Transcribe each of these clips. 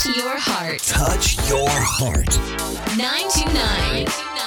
your heart. Touch your heart. 929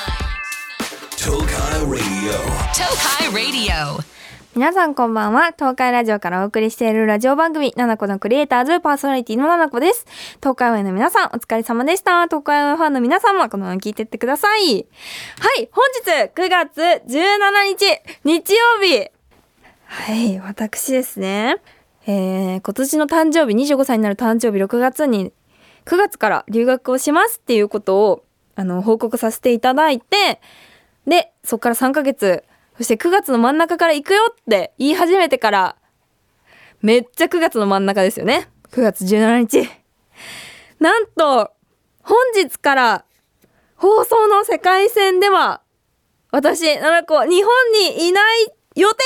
Tokai Radio. Tokai Radio. 皆さんこんばんは。東海ラジオからお送りしているラジオ番組ナナコのクリエイターズパーソナリティのナナコです。東海オンエアの皆さんお疲れ様でした。東海オンエアファンの皆さんもこのまま聞いてってください。はい、本日9月17日日曜日。はい、私ですね。今年の誕生日25歳になる誕生日9月から留学をしますっていうことを報告させていただいて、でそっから3ヶ月、そして9月の真ん中から行くよって言い始めてからめっちゃ9月の真ん中ですよね。9月17日なんと本日から放送の世界線では私ナナコ日本にいない予定です。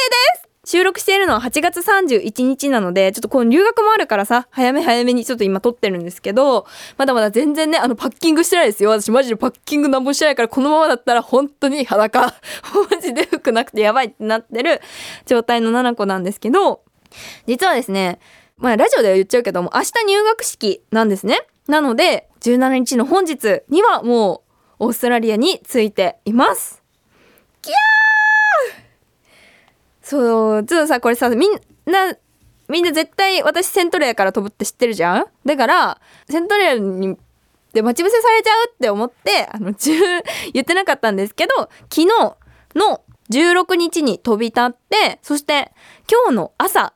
収録しているのは8月31日なので、ちょっとこの留学もあるからさ、早めにちょっと今撮ってるんですけど、まだまだ全然ね、パッキングしてないですよ。私マジでパッキングなんもしてないから、このままだったら本当に裸。マジで服なくてやばいってなってる状態の7個なんですけど、実はですね、ラジオでは言っちゃうけども、明日入学式なんですね。なので、17日の本日にはもうオーストラリアに着いています。キャー！そう、ちょっとさ、これさ、みんな絶対私セントレアから飛ぶって知ってるじゃん。だからセントレアにで待ち伏せされちゃうって思って言ってなかったんですけど、昨日の16日に飛び立って、そして今日の朝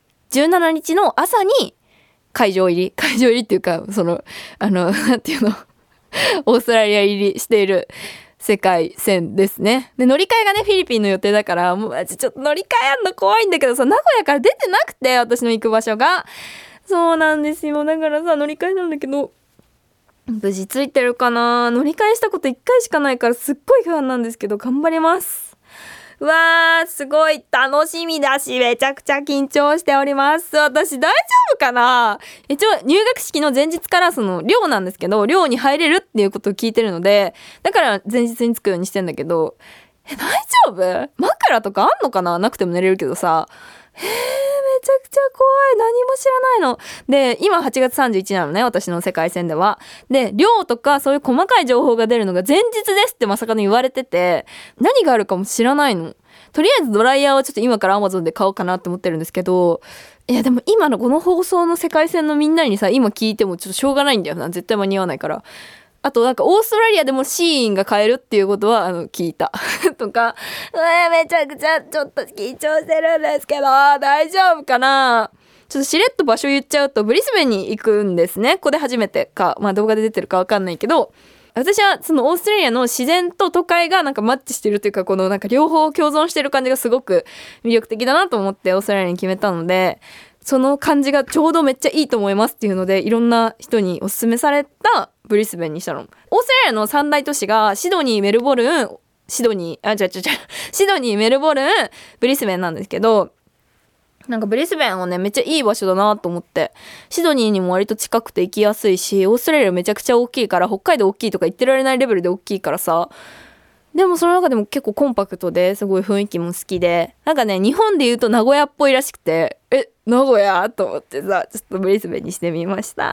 17日の朝に会場入りっていうか、なんていうのオーストラリア入りしている世界線ですね。で乗り換えがねフィリピンの予定だから、もうちょっと乗り換えあんの怖いんだけどさ、名古屋から出てなくて、私の行く場所がそうなんですよ。だからさ乗り換えなんだけど、無事ついてるかな。乗り換えしたこと1回しかないからすっごい不安なんですけど、頑張ります。うわー、すごい楽しみだし、めちゃくちゃ緊張しております。私大丈夫かな。一応入学式の前日から寮なんですけど、寮に入れるっていうことを聞いてるので、だから前日に着くようにしてんだけど、大丈夫？枕とかあんのかな。なくても寝れるけどさ、めちゃくちゃ怖い。何も知らないので、今8月31日なのね、私の世界線では。で寮とかそういう細かい情報が出るのが前日ですってまさかに言われてて、何があるかも知らないの。とりあえずドライヤーをちょっと今から Amazon で買おうかなって思ってるんですけど、いやでも今のこの放送の世界線のみんなにさ、今聞いてもちょっとしょうがないんだよな。絶対間に合わないから。あとなんかオーストラリアでもシーンが買えるっていうことは聞いたとか、めちゃくちゃちょっと緊張してるんですけど大丈夫かな。ちょっとしれっと場所言っちゃうとブリスベンに行くんですね。ここで初めてか、動画で出てるかわかんないけど、私はそのオーストラリアの自然と都会がなんかマッチしてるというか、このなんか両方共存してる感じがすごく魅力的だなと思ってオーストラリアに決めたので、その感じがちょうどめっちゃいいと思いますっていうので、いろんな人におすすめされたブリスベンにしたの。オーストラリアの三大都市がシドニー、メルボルン、シドニー、メルボルン、ブリスベンなんですけど、なんかブリスベンはねめっちゃいい場所だなと思って、シドニーにも割と近くて行きやすいし、オーストラリアめちゃくちゃ大きいから、北海道大きいとか言ってられないレベルで大きいからさ、でもその中でも結構コンパクトですごい雰囲気も好きで、なんかね日本で言うと名古屋っぽいらしくて、名古屋と思ってさ、ちょっとブリスベンにしてみました。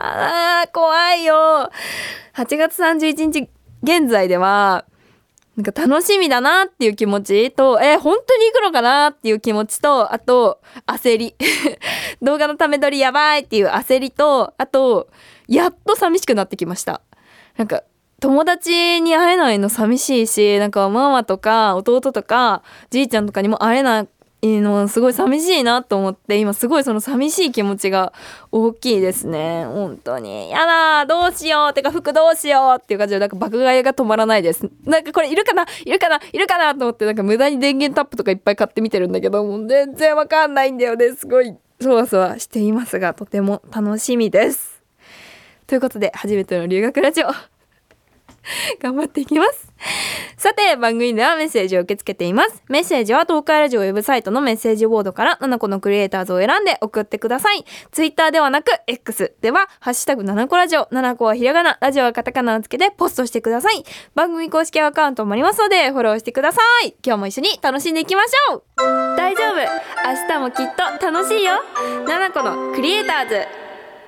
怖いよ。8月31日現在ではなんか楽しみだなっていう気持ちと、本当に行くのかなっていう気持ちと、あと焦り動画のため撮りやばいっていう焦りと、あとやっと寂しくなってきました。なんか友達に会えないの寂しいし、なんかママとか弟とかじいちゃんとかにも会えないのすごい寂しいなと思って、今すごいその寂しい気持ちが大きいですね。本当にやだ、どうしよう、てか服どうしようっていう感じで、なんか爆買いが止まらないです。なんかこれいるかなと思って、なんか無駄に電源タップとかいっぱい買ってみてるんだけど、もう全然わかんないんだよね。すごいそわそわしていますが、とても楽しみです。ということで初めての留学ラジオ頑張っていきます。さて番組ではメッセージを受け付けています。メッセージは東海ラジオウェブサイトのメッセージボードから7個のクリエイターズを選んで送ってください。ツイッターではなく X ではハッシュタグ7個ラジオ、7個はひらがな、ラジオはカタカナをつけてポストしてください。番組公式アカウントもありますのでフォローしてください。今日も一緒に楽しんでいきましょう。大丈夫、明日もきっと楽しいよ。7個のクリエイターズ。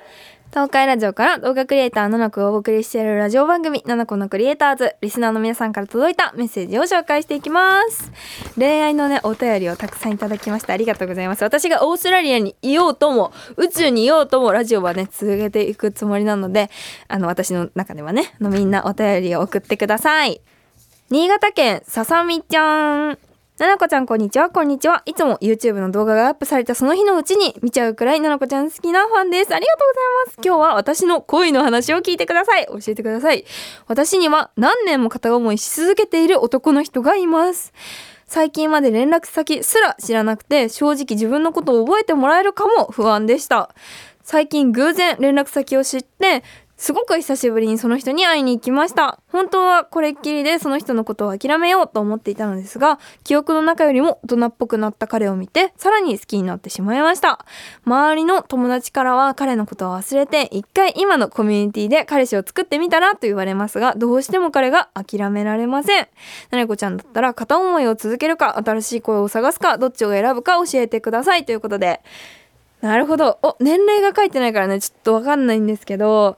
東海ラジオから動画クリエイターナナコをお送りしているラジオ番組ナナコのクリエイターズ、リスナーの皆さんから届いたメッセージを紹介していきます。恋愛のねお便りをたくさんいただきましてありがとうございます。私がオーストラリアにいようとも宇宙にいようともラジオはね続けていくつもりなので、私の中ではねみんなお便りを送ってください。新潟県ささみちゃん、ななこちゃんこんにちは。こんにちは。いつも YouTube の動画がアップされたその日のうちに見ちゃうくらいななこちゃん好きなファンです。ありがとうございます。今日は私の恋の話を聞いてください。教えてください。私には何年も片思いし続けている男の人がいます。最近まで連絡先すら知らなくて、正直自分のことを覚えてもらえるかも不安でした。最近偶然連絡先を知ってすごく久しぶりにその人に会いに行きました。本当はこれっきりでその人のことを諦めようと思っていたのですが、記憶の中よりも大人っぽくなった彼を見てさらに好きになってしまいました。周りの友達からは彼のことを忘れて一回今のコミュニティで彼氏を作ってみたらと言われますが、どうしても彼が諦められません。ななこちゃんだったら片思いを続けるか新しい恋を探すかどっちを選ぶか教えてくださいということで。なるほど。年齢が書いてないからねちょっとわかんないんですけど、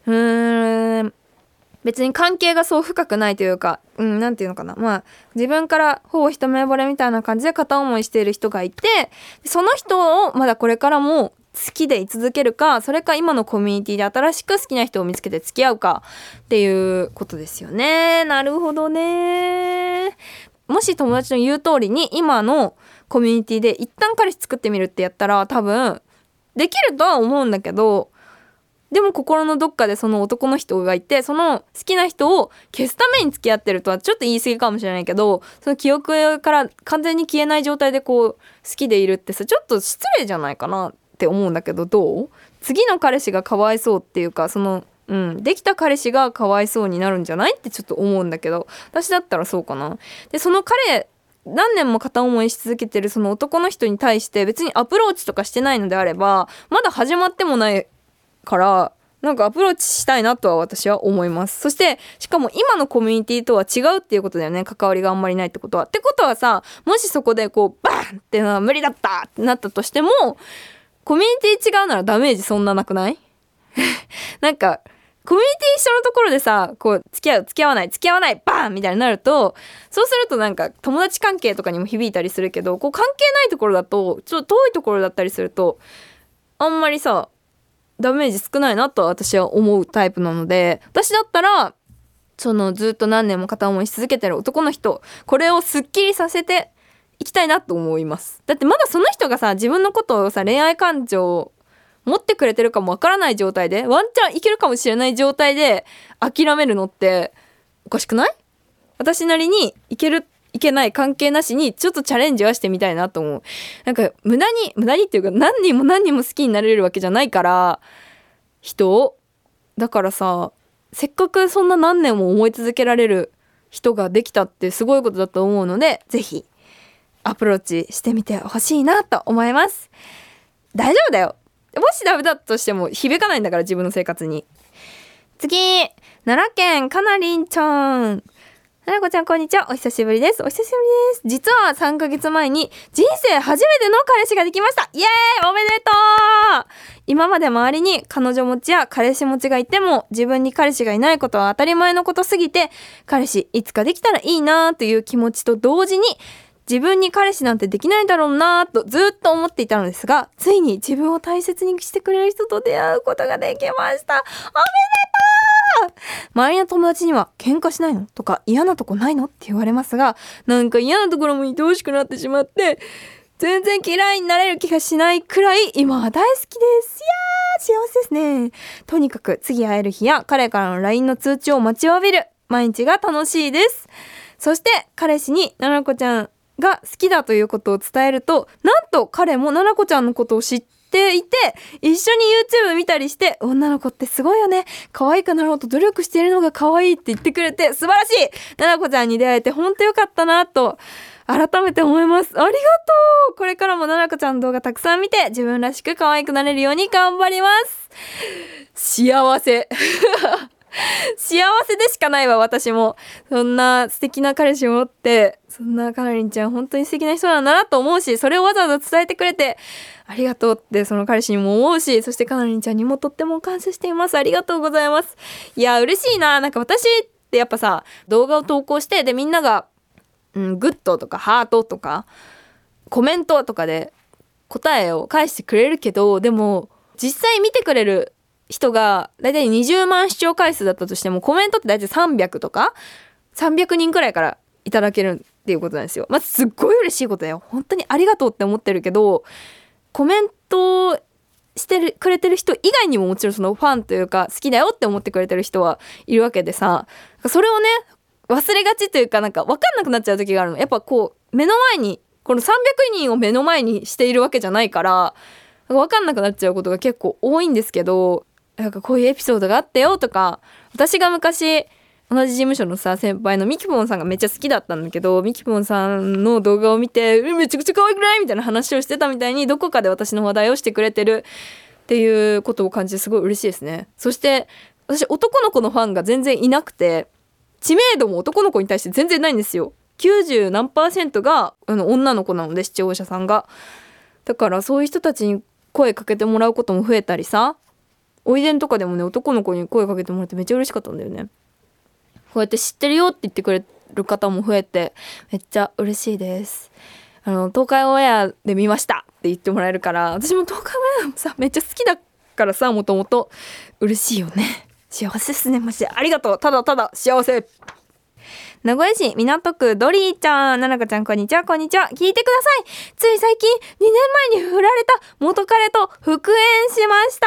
別に関係がそう深くないというか、なんていうのかな、自分からほぼ一目惚れみたいな感じで片思いしている人がいて、その人をまだこれからも好きでい続けるか、それか今のコミュニティで新しく好きな人を見つけて付き合うかっていうことですよね。なるほどね。もし友達の言う通りに今のコミュニティで一旦彼氏作ってみるってやったら多分できるとは思うんだけど、でも心のどっかでその男の人がいて、その好きな人を消すために付き合ってるとはちょっと言い過ぎかもしれないけど、その記憶から完全に消えない状態でこう好きでいるってさ、ちょっと失礼じゃないかなって思うんだけど、どう？次の彼氏がかわいそうっていうか、できた彼氏がかわいそうになるんじゃないってちょっと思うんだけど、私だったらそうかな。でその彼何年も片思いし続けてるその男の人に対して別にアプローチとかしてないのであれば、まだ始まってもないからなんかアプローチしたいなとは私は思います。そしてしかも今のコミュニティとは違うっていうことだよね。関わりがあんまりないってことは。ってことはさ、もしそこでこうバーンってのは無理だったってなったとしても、コミュニティ違うならダメージそんななくない？なんかコミュニティ一緒のところでさ、こう付き合う付き合わない付き合わないバーンみたいになると、そうするとなんか友達関係とかにも響いたりするけど、こう関係ないところだとちょっと遠いところだったりするとあんまりさダメージ少ないなと私は思うタイプなので、私だったらずっと何年も片思いし続けてる男の人、これをスッキリさせていきたいなと思います。だってまだその人がさ自分のことをさ恋愛感情を持ってくれてるかもわからない状態で、ワンチャンいけるかもしれない状態で諦めるのっておかしくない？私なりにいけるいけない関係なしにちょっとチャレンジはしてみたいなと思う。なんか無駄にっていうか何人も好きになれるわけじゃないから人を、だからさせっかくそんな何年も思い続けられる人ができたってすごいことだと思うので、ぜひアプローチしてみてほしいなと思います。大丈夫だよ。もしダメだとしても響かないんだから自分の生活に。次、奈良県かなりんちゃん。ななこちゃんこんにちは。お久しぶりです。お久しぶりです。実は3ヶ月前に人生初めての彼氏ができました。イエーイおめでとう。今まで周りに彼女持ちや彼氏持ちがいても自分に彼氏がいないことは当たり前のことすぎて、彼氏いつかできたらいいなという気持ちと同時に自分に彼氏なんてできないだろうなとずっと思っていたのですが、ついに自分を大切にしてくれる人と出会うことができました。おめでとう。周りの友達には喧嘩しないのとか嫌なとこないのって言われますが、なんか嫌なところも愛おしくなってしまって全然嫌いになれる気がしないくらい今は大好きです。いやー幸せですね。とにかく次会える日や彼からの LINE の通知を待ちわびる毎日が楽しいです。そして彼氏にななこちゃんが好きだということを伝えると、なんと彼もななこちゃんのことを知っていて一緒に YouTube 見たりして、女の子ってすごいよね、可愛くなろうと努力しているのが可愛いって言ってくれて素晴らしい。ななこちゃんに出会えて本当よかったなと改めて思います。ありがとう。これからもななこちゃんの動画たくさん見て自分らしく可愛くなれるように頑張ります。幸せ幸せでしかないわ。私もそんな素敵な彼氏を持って、そんなかなりんちゃん本当に素敵な人なんだなと思うし、それをわざわざ伝えてくれてありがとうってその彼氏にも思うし、そしてかなりんちゃんにもとっても感謝しています。ありがとうございます。いや嬉しいな。なんか私ってやっぱさ、動画を投稿して、でみんなが、グッドとかハートとかコメントとかで答えを返してくれるけど、でも実際見てくれる人がだいたい20万視聴回数だったとしても、コメントってだいたい300とか300人くらいからいただけるっていうことなんですよ。まずすっごい嬉しいことだよ。本当にありがとうって思ってるけど、コメントしてくれてる人以外にももちろんそのファンというか好きだよって思ってくれてる人はいるわけでさ、それをね忘れがちというか、なんか分かんなくなっちゃう時があるの。やっぱこう目の前にこの300人を目の前にしているわけじゃないから、分かんなくなっちゃうことが結構多いんですけど、なんかこういうエピソードがあったよとか、私が昔同じ事務所のさ先輩のミキポンさんがめっちゃ好きだったんだけど、ミキポンさんの動画を見てめちゃくちゃ可愛くないみたいな話をしてたみたいに、どこかで私の話題をしてくれてるっていうことを感じてすごい嬉しいですね。そして私男の子のファンが全然いなくて、知名度も男の子に対して全然ないんですよ。90何%が女の子なので、視聴者さんが。だからそういう人たちに声かけてもらうことも増えたりさ、おいでんとかでもね男の子に声かけてもらってめっちゃ嬉しかったんだよね。こうやって知ってるよって言ってくれる方も増えてめっちゃ嬉しいです。東海オンエアで見ましたって言ってもらえるから、私も東海オンエアもさめっちゃ好きだからさ、もともと嬉しいよね。幸せですねマジで。ありがとう。ただただ幸せ。名古屋市港区ドリーちゃん、ななこちゃんこんにちは。こんにちは。聞いてください。つい最近2年前に振られた元彼と復縁しました。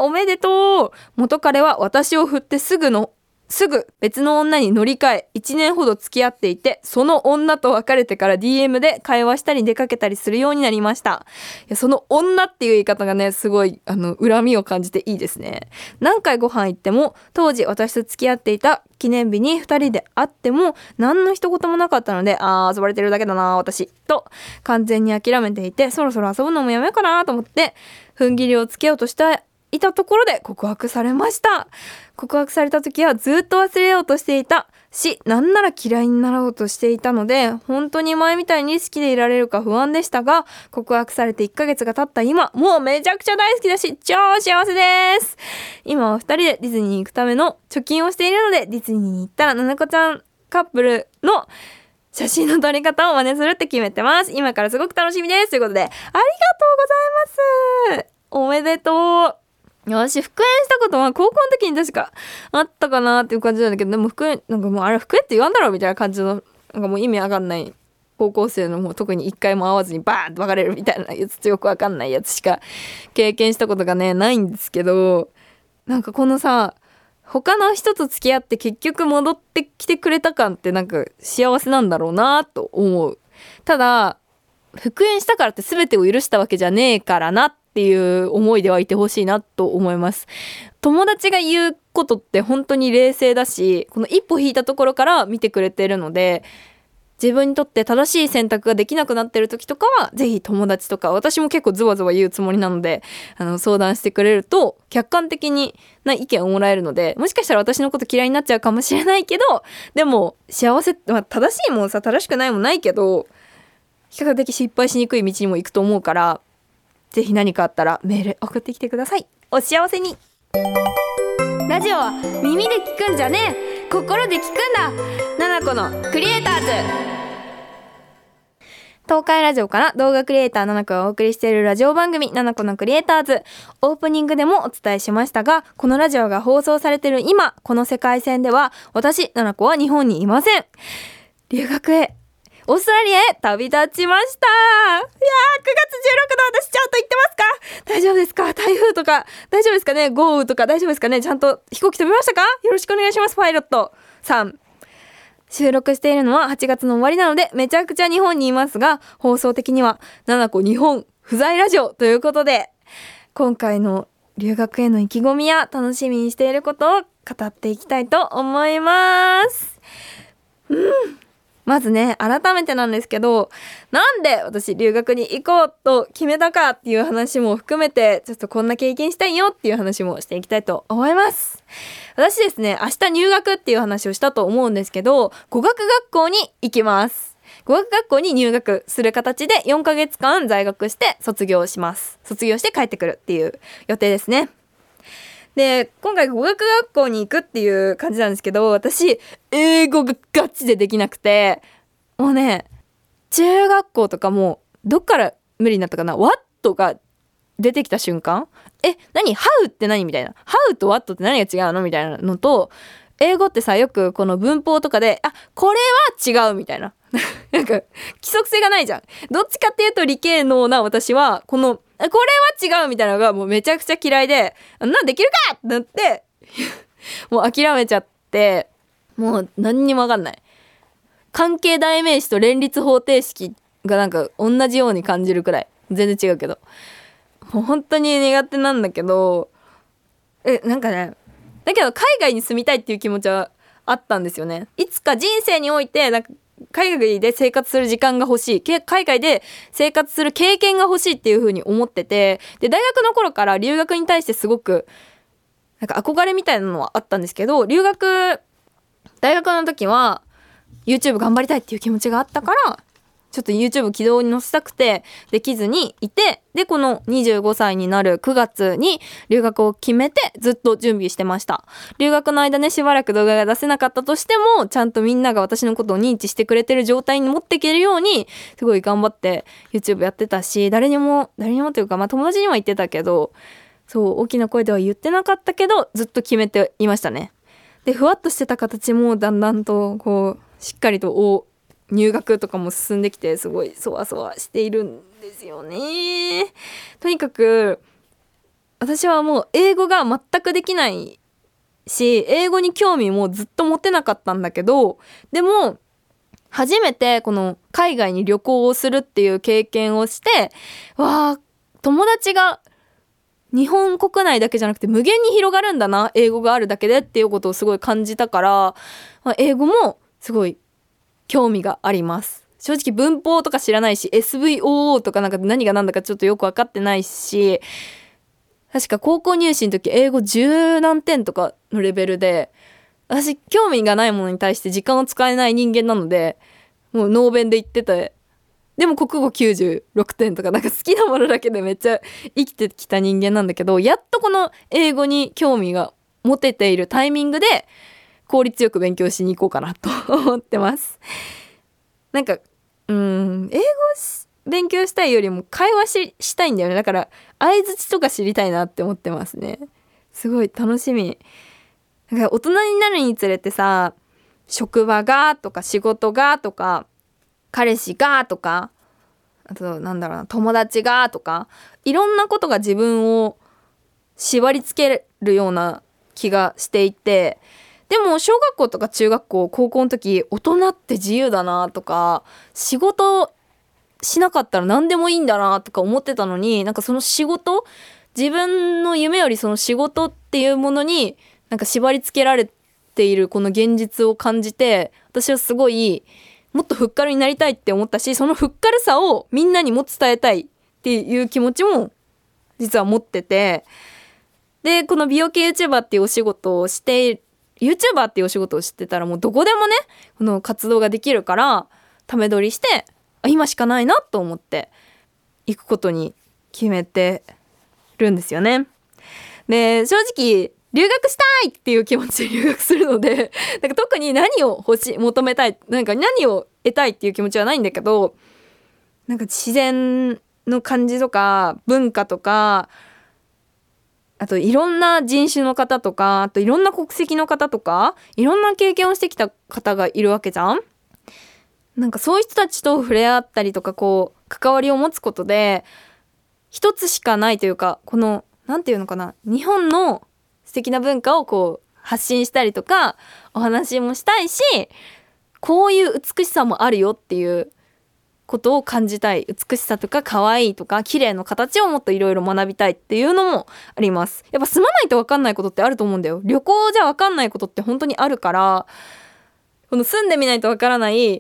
おめでとう。元彼は私を振ってすぐ別の女に乗り換え1年ほど付き合っていて、その女と別れてから DM で会話したり出かけたりするようになりました。いや、その女っていう言い方がねすごい恨みを感じていいですね。何回ご飯行っても、当時私と付き合っていた記念日に2人で会っても何の一言もなかったので、遊ばれてるだけだな私と完全に諦めていて、そろそろ遊ぶのもやめようかなと思って踏ん切りをつけようとしていたところで告白されました。告白された時はずっと忘れようとしていたし、なんなら嫌いになろうとしていたので、本当に前みたいに好きでいられるか不安でしたが、告白されて1ヶ月が経った今、もうめちゃくちゃ大好きだし超幸せです。今は2人でディズニーに行くための貯金をしているので、ディズニーに行ったらななこちゃんカップルの写真の撮り方を真似するって決めてます。今からすごく楽しみですということで、ありがとうございます。おめでとう。私復縁したことは高校の時に確かあったかなっていう感じなんだけど、でも復縁なんかもうあれ復縁って言わんだろうみたいな感じの、なんかもう意味わかんない高校生のもう特に一回も会わずにバーンと別れるみたいなやつ、よくわかんないやつしか経験したことがねないんですけど、なんかこのさ他の人と付き合って結局戻ってきてくれた感ってなんか幸せなんだろうなと思う。ただ復縁したからって全てを許したわけじゃねえからなっていう思いではいてほしいなと思います。友達が言うことって本当に冷静だし、この一歩引いたところから見てくれてるので、自分にとって正しい選択ができなくなってる時とかはぜひ友達とか、私も結構ズバズバ言うつもりなので相談してくれると客観的な意見をもらえるので、もしかしたら私のこと嫌いになっちゃうかもしれないけど、でも幸せって、正しいもんさ正しくないもんないけど、比較的失敗しにくい道にも行くと思うから、ぜひ何かあったらメール送ってきてください。お幸せに。ラジオは耳で聞くんじゃねえ、心で聞くんだ。ナナコのクリエイターズ。東海ラジオから動画クリエイターナナコがお送りしているラジオ番組ナナコのクリエイターズ。オープニングでもお伝えしましたが、このラジオが放送されている今、この世界線では私ナナコは日本にいません。留学へオーストラリアへ旅立ちました。いやー、9月16度、私ちゃんと行ってますか？大丈夫ですか？台風とか大丈夫ですかね？豪雨とか大丈夫ですかね？ちゃんと飛行機飛びましたか？よろしくお願いします、パイロットさん。収録しているのは8月の終わりなのでめちゃくちゃ日本にいますが、放送的にはナナコ日本不在ラジオということで、今回の留学への意気込みや楽しみにしていることを語っていきたいと思います。 まずね、改めてなんですけど、なんで私留学に行こうと決めたかっていう話も含めて、ちょっとこんな経験したいよっていう話もしていきたいと思います。私ですね、明日入学っていう話をしたと思うんですけど、語学学校に行きます。語学学校に入学する形で4ヶ月間在学して卒業します。卒業して帰ってくるっていう予定ですね。で、今回語学学校に行くっていう感じなんですけど、私英語がガチでできなくて、もうね、中学校とかもどっから無理になったかな、 What が出てきた瞬間、何 How って何みたいな、 How と What って何が違うのみたいなのと、英語ってさ、よくこの文法とかでこれは違うみたいななんか規則性がないじゃん。どっちかっていうと理系能な私はこれは違うみたいなのがもうめちゃくちゃ嫌いで、なんできるかってなってもう諦めちゃって、もう何にも分かんない。関係代名詞と連立方程式がなんか同じように感じるくらい、全然違うけど、もう本当に苦手なんだけど、なんかね、だけど海外に住みたいっていう気持ちはあったんですよね。いつか人生においてなんか海外で生活する時間が欲しい、海外で生活する経験が欲しいっていう風に思ってて、で大学の頃から留学に対してすごくなんか憧れみたいなのはあったんですけど、大学の時は YouTube 頑張りたいっていう気持ちがあったから、ちょっと YouTube 軌道に乗せたくてできずにいて、でこの25歳になる9月に留学を決めてずっと準備してました。留学の間ね、しばらく動画が出せなかったとしても、ちゃんとみんなが私のことを認知してくれてる状態に持っていけるようにすごい頑張って YouTube やってたし、誰にもというか、友達には言ってたけど、そう大きな声では言ってなかったけどずっと決めていましたね。でふわっとしてた形もだんだんとこうしっかりと入学とかも進んできて、すごいそわそわしているんですよね。とにかく私はもう英語が全くできないし、英語に興味もずっと持てなかったんだけど、でも初めてこの海外に旅行をするっていう経験をして、友達が日本国内だけじゃなくて無限に広がるんだな、英語があるだけでっていうことをすごい感じたから、英語もすごい興味があります。正直文法とか知らないし、 SVOO とかなんか何が何だかちょっとよく分かってないし、確か高校入試の時英語10何点とかのレベルで、私興味がないものに対して時間を使えない人間なので、もうノーベンで言ってて、でも国語96点とか、なんか好きなものだけでめっちゃ生きてきた人間なんだけど、やっとこの英語に興味が持てているタイミングで効率よく勉強しに行こうかなと思ってます。なんか英語勉強したいよりも会話したいんだよね。だから相槌とか知りたいなって思ってますね。すごい楽しみ。なんか大人になるにつれてさ、職場がとか仕事がとか彼氏がとか、あと友達がとか、いろんなことが自分を縛り付けるような気がしていて、でも小学校とか中学校高校の時、大人って自由だなとか、仕事しなかったら何でもいいんだなとか思ってたのに、なんかその仕事、自分の夢よりその仕事っていうものになんか縛り付けられているこの現実を感じて、私はすごいもっとフッ軽になりたいって思ったし、そのフッ軽さをみんなにも伝えたいっていう気持ちも実は持ってて、でこの美容系 YouTuber っていうお仕事をしてYouTuber っていうお仕事をしてたら、もうどこでもねこの活動ができるから、ため撮りして今しかないなと思って行くことに決めてるんですよね。で正直留学したいっていう気持ちで留学するので、なんか特に何を求めたい、なんか何を得たいっていう気持ちはないんだけど、なんか自然の感じとか文化とか、あといろんな人種の方とか、あといろんな国籍の方とか、いろんな経験をしてきた方がいるわけじゃん。なんかそういう人たちと触れ合ったりとか、こう関わりを持つことで、一つしかないというか、このなんていうのかな、日本の素敵な文化をこう発信したりとかお話もしたいし、こういう美しさもあるよっていうことを感じたい。美しさとか可愛いとか綺麗の形をもっといろいろ学びたいっていうのもあります。やっぱ住まないと分かんないことってあると思うんだよ。旅行じゃ分かんないことって本当にあるから、この住んでみないと分からない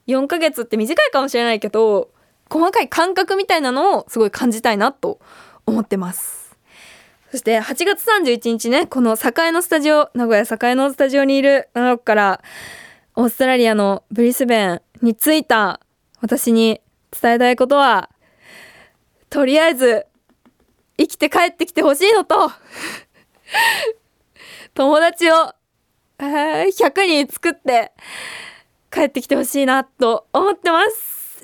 4ヶ月って短いかもしれないけど、細かい感覚みたいなのをすごい感じたいなと思ってます。そして8月31日ね、この栄のスタジオ、名古屋栄のスタジオにいる奈良からオーストラリアのブリスベンに着いた私に伝えたいことは、とりあえず生きて帰ってきてほしいのと友達を100人作って帰ってきてほしいなと思ってます。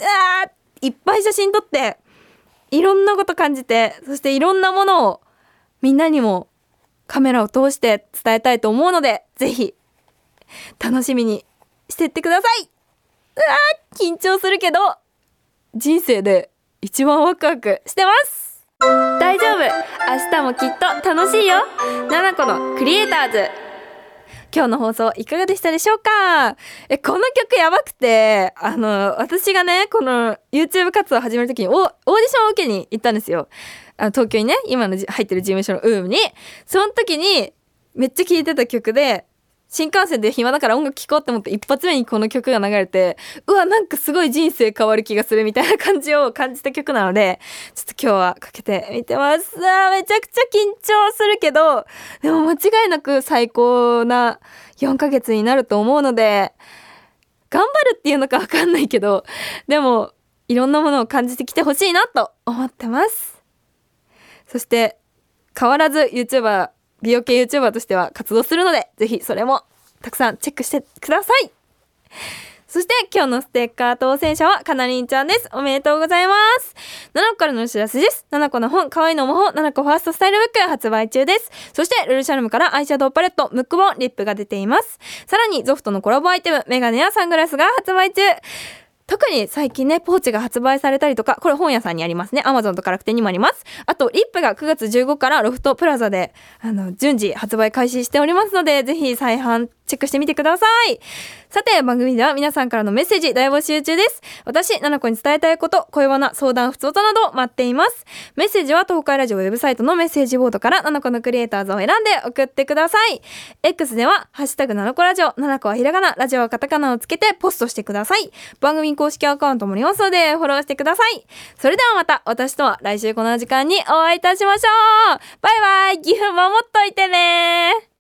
いっぱい写真撮っていろんなこと感じて、そしていろんなものをみんなにもカメラを通して伝えたいと思うので、ぜひ楽しみにしてってください。緊張するけど人生で一番ワクワクしてます。大丈夫、明日もきっと楽しいよ。ななこのクリエイターズ。今日の放送いかがでしたでしょうか。この曲やばくて、私がねこの YouTube 活動を始める時にオーディションを受けに行ったんですよ。東京にね、今の入ってる事務所のUMに。その時にめっちゃ聴いてた曲で、新幹線で暇だから音楽聴こうって思って一発目にこの曲が流れて、なんかすごい人生変わる気がするみたいな感じを感じた曲なので、ちょっと今日はかけてみてます。めちゃくちゃ緊張するけど、でも間違いなく最高な4ヶ月になると思うので、頑張るっていうのか分かんないけど、でもいろんなものを感じてきてほしいなと思ってます。そして変わらず美容系 YouTuber としては活動するので、ぜひそれもたくさんチェックしてください。そして今日のステッカー当選者はかなりんちゃんです。おめでとうございます。7個からのお知らせです。7個の本、可愛いの魔法、7個ファーストスタイルブック発売中です。そしてルルシャルムからアイシャドウパレット、ムック本、リップが出ています。さらにゾフトのコラボアイテム、メガネやサングラスが発売中。特に最近ね、ポーチが発売されたりとか、これ本屋さんにありますね。Amazon とか楽天にもあります。あと、リップが9月15からロフトプラザで、順次発売開始しておりますので、ぜひ再販チェックしてみてください。さて、番組では皆さんからのメッセージ大募集中です。私、ななこに伝えたいこと、恋バナ、相談、ふつおたなど待っています。メッセージは東海ラジオウェブサイトのメッセージボードからななこのクリエイターズを選んで送ってください。X では、ハッシュタグななこラジオ、ななこはひらがな、ラジオはカタカナをつけてポストしてください。番組公式アカウントもありますので、フォローしてください。それではまた、私とは来週この時間にお会いいたしましょう。バイバイ、岐阜守っといてね。